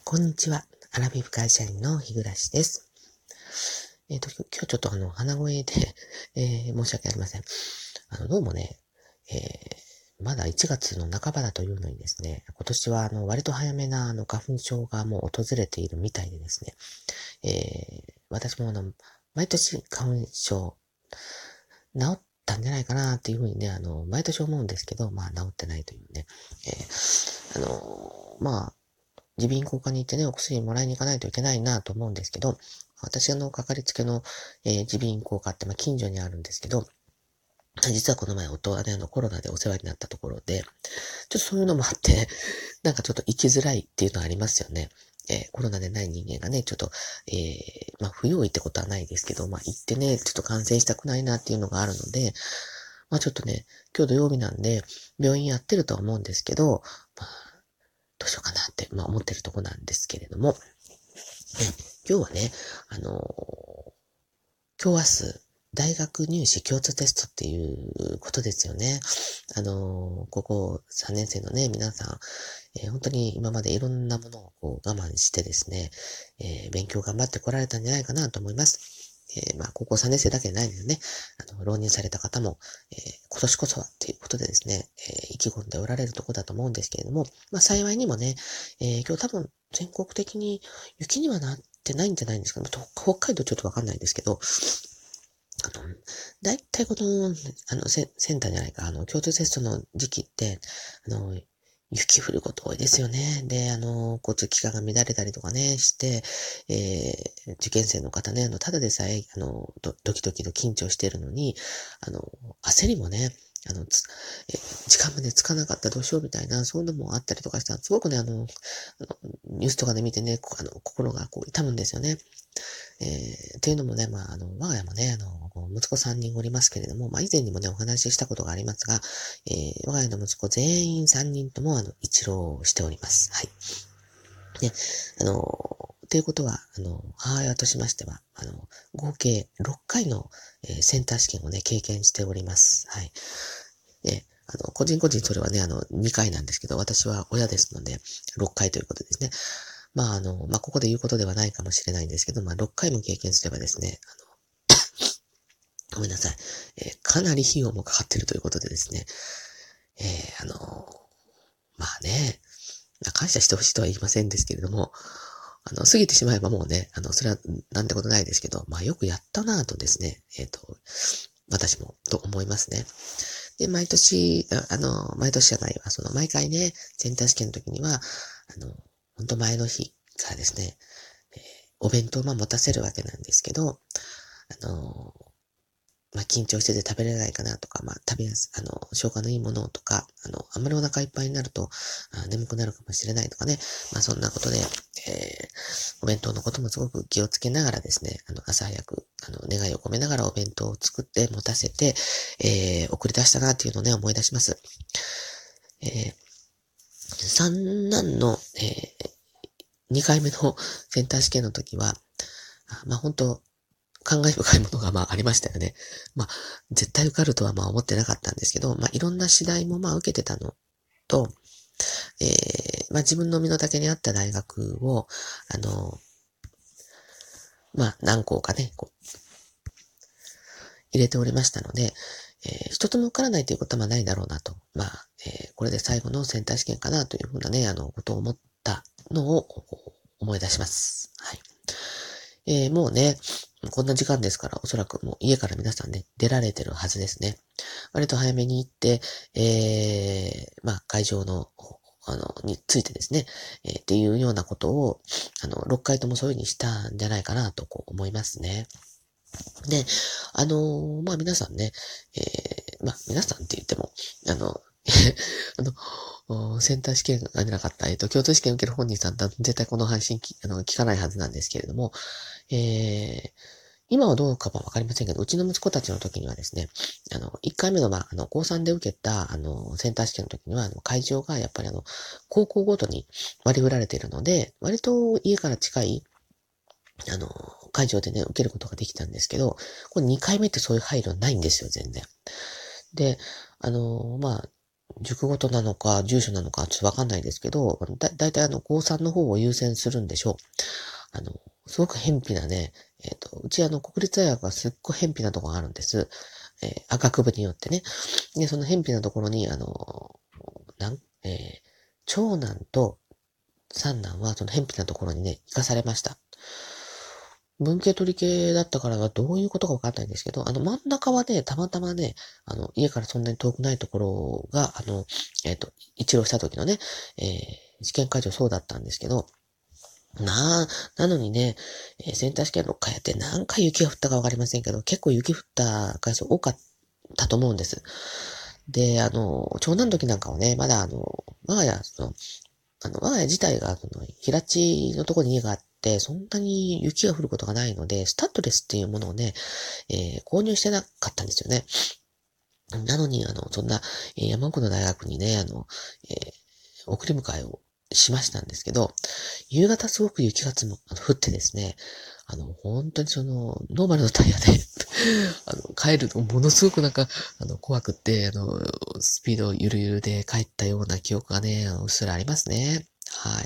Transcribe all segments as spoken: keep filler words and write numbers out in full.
こんにちは。アラビフ会社員の日暮です。えっ、と、今日ちょっとあの、鼻声で、えー申し訳ありません。あの、どうもね、えーまだいちがつの半ばだというのにですね、今年はあの、割と早めなあの、花粉症がもう訪れているみたいでですね、えー私もあの、毎年花粉症、治ったんじゃないかなっていうふうにね、あの、毎年思うんですけど、まあ、治ってないというね、えーあの、まあ、耳鼻咽喉科に行ってね、お薬もらいに行かないといけないなと思うんですけど、私のかかりつけの、えー、耳鼻咽喉科って、まあ、近所にあるんですけど、実はこの前夫はね、あの、コロナでお世話になったところで、ちょっとそういうのもあって、なんかちょっと行きづらいっていうのはありますよね。えーコロナでない人間がね、ちょっと、えーまあ、不用意ってことはないですけど、まあ、行ってね、ちょっと感染したくないなっていうのがあるので、まあ、ちょっとね、今日土曜日なんで、病院やってるとは思うんですけど、まあ、どうしようかなって、まあ、思ってるとこなんですけれども、今日はね、あのー今日明日、大学入試共通テストっていうことですよね。あのーここさんねん生のね、皆さん、えー本当に今までいろんなものをこう我慢してですね、えー勉強頑張ってこられたんじゃないかなと思います。えーまあ、高校さんねん生だけでないですね。あの、浪人された方も、えー今年こそはっていうことでですね、えー意気込んでおられるところだと思うんですけれども、まあ、幸いにもね、えー今日多分全国的に雪にはなってないんじゃないんですかね。と北海道ちょっとわかんないですけど、あの、だいたいこの、あの、セセンターじゃないか、あの、共通テストの時期って、あの、雪降ること多いですよね。で、あの、交通機関が乱れたりとかね、して、えー、受験生の方ね、あの、ただでさえ、あの、ドドキドキと緊張しているのに、あの、焦りもね、あの、つえー時間までつかなかったどうしようみたいな、そういうのもあったりとかしたら、すごくね、あの、あのニュースとかで見てね、こあの、心がこう痛むんですよね。えー、っていうのもね、まあ、あの、我が家もね、あの、息子さんにんおりますけれども、まあ、以前にもね、お話ししたことがありますが、えー、我が家の息子全員さんにんとも、あの、一浪しております。はい。で、あの、ということは、あの、母親としましては、あの、合計ろっかいの、えーセンター試験をね、経験しております。はい。で、あの、個人個人それはね、あの、にかいなんですけど、私は親ですので、ろっかいということですね。まあ、あの、まあ、ここで言うことではないかもしれないんですけど、まあ、ろっかいも経験すればですね、ごめんなさい。えーかなり費用もかかっているということでですね、えーあのまあね、感謝してほしいとは言いませんですけれども、あの、過ぎてしまえばもうね、あの、それはなんてことないですけど、まあよくやったなぁとですね、えっと、私もと思いますね。で、毎年、ああの、毎年じゃないわ、その毎回ね、センター試験の時には、あの、本当前の日からですね、えーお弁当をまあ持たせるわけなんですけど、あの、まあ、緊張してて食べれないかなとか、まあ、食べやす、あの、消化のいいものとか、あの、あんまりお腹いっぱいになると、あ眠くなるかもしれないとかね。まあ、そんなことで、えー、お弁当のこともすごく気をつけながらですね、あの、朝早く、あの、願いを込めながらお弁当を作って持たせて、えー、送り出したなっていうのをね、思い出します。えー、三男の、えー、二回目のセンター試験の時は、あまあ、本当感慨深いものがまあありましたよね。まあ、絶対受かるとはまあ思ってなかったんですけど、まあいろんな次第もまあ受けてたのと、えー、まあ自分の身の丈に合った大学を、あの、まあ何校かね、こう入れておりましたので、えー、一つも受からないということはまあないだろうなと。まあ、えー、これで最後のセンター試験かなというふうなね、あの、ことを思ったのを思い出します。はい。えー、もうね、こんな時間ですから、おそらくもう家から皆さんね、出られてるはずですね。割と早めに行って、えー、まあ、会場の、あの、についてですね、えー、っていうようなことを、あの、ろっかいともそういう風にしたんじゃないかなとこう思いますね。で、あのーまあ、皆さんね、えー、まあ、皆さんって言っても、あの、あの、おセンター試験が出なかった、えっと、京都試験受ける本人さんだ絶対この配信き、あの、聞かないはずなんですけれども、えー、今はどうかはわかりませんけど、うちの息子たちの時にはですね、あの、いっかいめの、まあ、あの、高さんで受けた、あの、センター試験の時には、あの、会場がやっぱりあの、高校ごとに割り振られているので、割と家から近い、あの、会場でね、受けることができたんですけど、これにかいめってそういう配慮ないんですよ、全然。で、あの、まあ、 塾ごとなのか、住所なのか、ちょっとわかんないですけど、だ、だいたいあの、高さんの方を優先するんでしょう。あの、すごく偏僻なね、えっと、うちあの、国立大学はすっごい偏僻なところがあるんです。えー、あ学部によってね。で、その偏僻なところに、あの、なん、えー長男と三男はその偏僻なところにね、行かされました。文系取り系だったからがどういうことかわかんないんですけど、あの真ん中はね、たまたまね、あの、家からそんなに遠くないところが、あの、えっと、一浪した時のね、えー、試験会場そうだったんですけど、なあ、なのにね、えーセンター試験ろっかいやって何回雪が降ったかわかりませんけど、結構雪降った回数多かったと思うんです。で、あの、長男の時なんかはね、まだあの、我が家、その、あの、我が家自体が、その、平地のところに家があって、そんなに雪が降ることがないので、スタッドレスっていうものをね、えー購入してなかったんですよね。なのに、あの、そんな、えー山奥の大学にね、あの、えー送り迎えをしましたんですけど、夕方すごく雪が積も、あの降ってですね、あの、本当にその、ノーマルのタイヤであの、帰るのものすごくなんか、あの、怖くって、あの、スピードゆるゆるで帰ったような記憶がね、あのうっすらありますね。はい。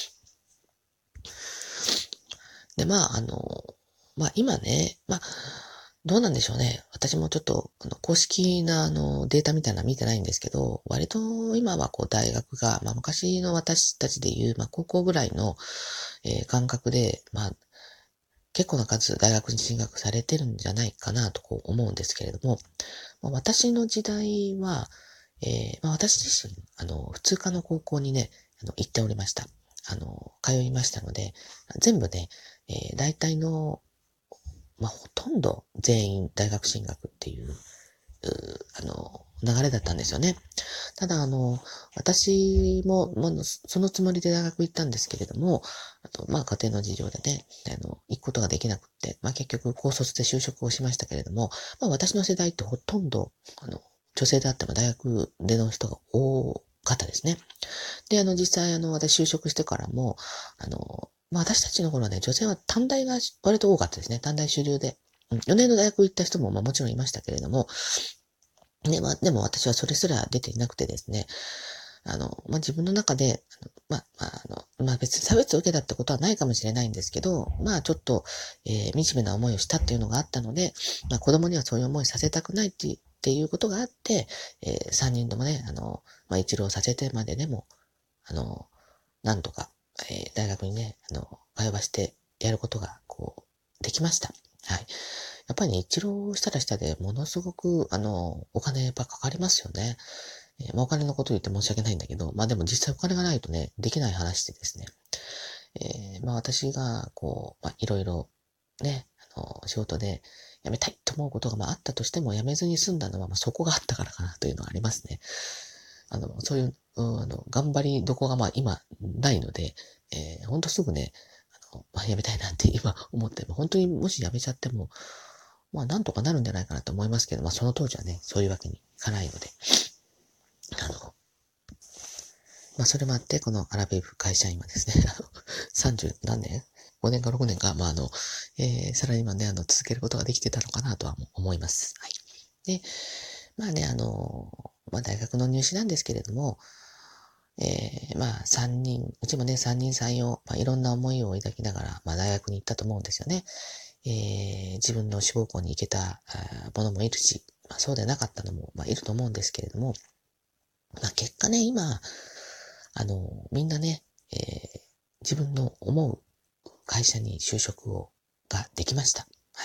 で、まあ、あの、まあ今ね、まあ、どうなんでしょうね。私もちょっと、あの、公式な、あの、データみたいなの見てないんですけど、割と今はこう大学が、まあ昔の私たちで言う、まあ高校ぐらいの、えー感覚で、まあ結構な数大学に進学されてるんじゃないかなとこう思うんですけれども、まあ、私の時代は、えーまあ、私自身、あの、普通科の高校にね、あの、行っておりました。あの、通いましたので、全部ね、えー大体の、まあ、ほとんど全員大学進学っていう、うあの、流れだったんですよね。ただ、あの、私も、まあ、そのつもりで大学行ったんですけれども、あと、まあ、家庭の事情でね、あの、行くことができなくって、まあ、結局、高卒で就職をしましたけれども、まあ、私の世代ってほとんど、あの、女性であっても大学での人が多かったですね。で、あの、実際、あの、私就職してからも、あの、まあ、私たちの頃はね、女性は短大が割と多かったですね。短大主流で。うんよねんの大学行った人も、まあ、もちろんいましたけれども、ね、まあ、でも私はそれすら出ていなくてですね、あの、まあ、自分の中で、あのまあ、まあ、あの、まあ、別に差別を受けたってことはないかもしれないんですけど、まあ、ちょっと、えー、惨めな思いをしたっていうのがあったので、まあ、子供にはそういう思いさせたくないっていうっていうことがあって、えー、さんにんともね、あの、まあ、一浪させてまででも、あの、なんとか、えー、大学にね、あの、通わしてやることが、こう、できました。はい。やっぱりね、一浪したらしたでものすごく、あの、お金やっぱかかりますよね。えーまあ、お金のことを言って申し訳ないんだけど、まあでも実際お金がないとね、できない話でですね。えーまあ私が、こう、まあいろいろ、ね、あの、仕事で辞めたいと思うことがまああったとしても辞めずに済んだのは、まあそこがあったからかなというのはありますね。あの、そういう、うん、あの、頑張りどこがまあ今ないので、えー、ほんとすぐね、あの、まあ辞めたいなって今思って、本当にもし辞めちゃっても、まあなんとかなるんじゃないかなと思いますけど、まあその当時はね、そういうわけにいかないので、あの、まあ、それもあって、このアラビフ会社員はですね、あの、さんじゅう何年 ?ご 年かろくねんか、まあ、あの、えー、サラリーマンで、あの、続けることができてたのかなとは思います。はい。で、まあね、あの、まあ、大学の入試なんですけれども、えー、まあ、さんにん、うちもね、さんにんさんよん、まあ、いろんな思いを抱きながら、まあ、大学に行ったと思うんですよね。えー、自分の志望校に行けたあものもいるし、まあ、そうでなかったのも、まあ、いると思うんですけれども、まあ、結果ね、今、あの、みんなね、えー自分の思う会社に就職を、ができました。はい。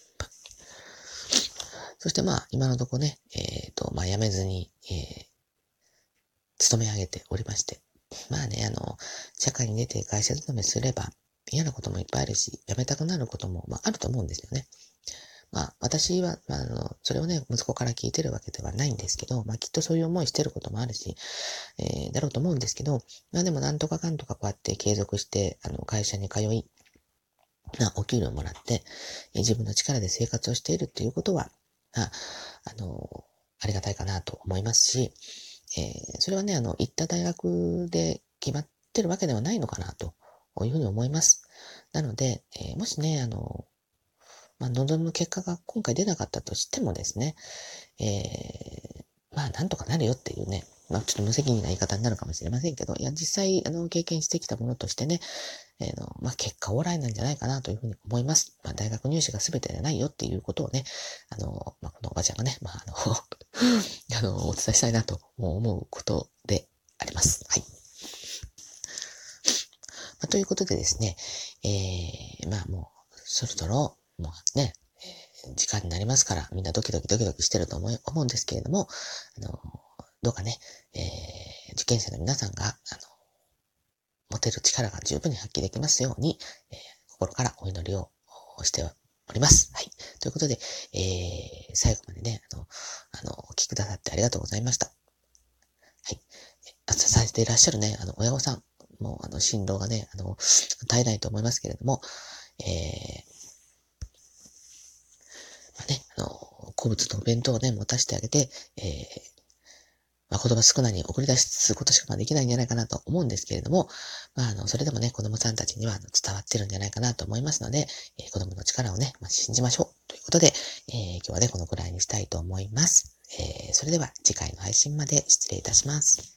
そしてまあ、今のとこね、えっ、と、まあ、辞めずに、えー、勤め上げておりまして。まあね、あの、社会に出て会社勤めすれば、嫌なこともいっぱいあるし、辞めたくなることも、まあ、あると思うんですよね。まあ、私は、まあ、あの、それをね、息子から聞いてるわけではないんですけど、まあ、きっとそういう思いしてることもあるし、えー、だろうと思うんですけど、まあでもなんとかかんとかこうやって継続して、あの、会社に通い、な、お給料をもらって、えー自分の力で生活をしているっていうことは、あ、あの、ありがたいかなと思いますし、えー、それはね、あの、行った大学で決まってるわけではないのかなというふうに思います。なので、えーもしね、あの、まあ、望む結果が今回出なかったとしてもですね、えーまあ、なんとかなるよっていうね、まあ、ちょっと無責任な言い方になるかもしれませんけど、いや、実際、あの、経験してきたものとしてね、えー、の、まあ、結果オーライなんじゃないかなというふうに思います。まあ、大学入試が全てじゃないよっていうことをね、あの、まあ、このおばちゃんがね、まあ、あの、あの、お伝えしたいなと思うことであります。はい。まあ、ということでですね、えー、まあもう、そろそろ、もうね、えー、時間になりますから、みんなドキドキドキドキしてると思い、思うんですけれども、あの、どうかね、えー、受験生の皆さんが、あの、持てる力が十分に発揮できますように、えー、心からお祈りをしております。はい。ということで、えー、最後までね、あの、あの、お聞きくださってありがとうございました。はい。支えていらっしゃるね、あの、親御さん、もう、あの、振動がね、あの、絶えないと思いますけれども、えー、まあね、あの、好物のお弁当をね、持たせてあげて、えー、まあ、言葉少ないに送り出すことしかまあできないんじゃないかなと思うんですけれども、まあ、あの、それでもね、子供さんたちにはあの伝わってるんじゃないかなと思いますので、えー、子供の力をね、まあ、信じましょう。ということで、えー、今日はね、このくらいにしたいと思います。えー、それでは次回の配信まで失礼いたします。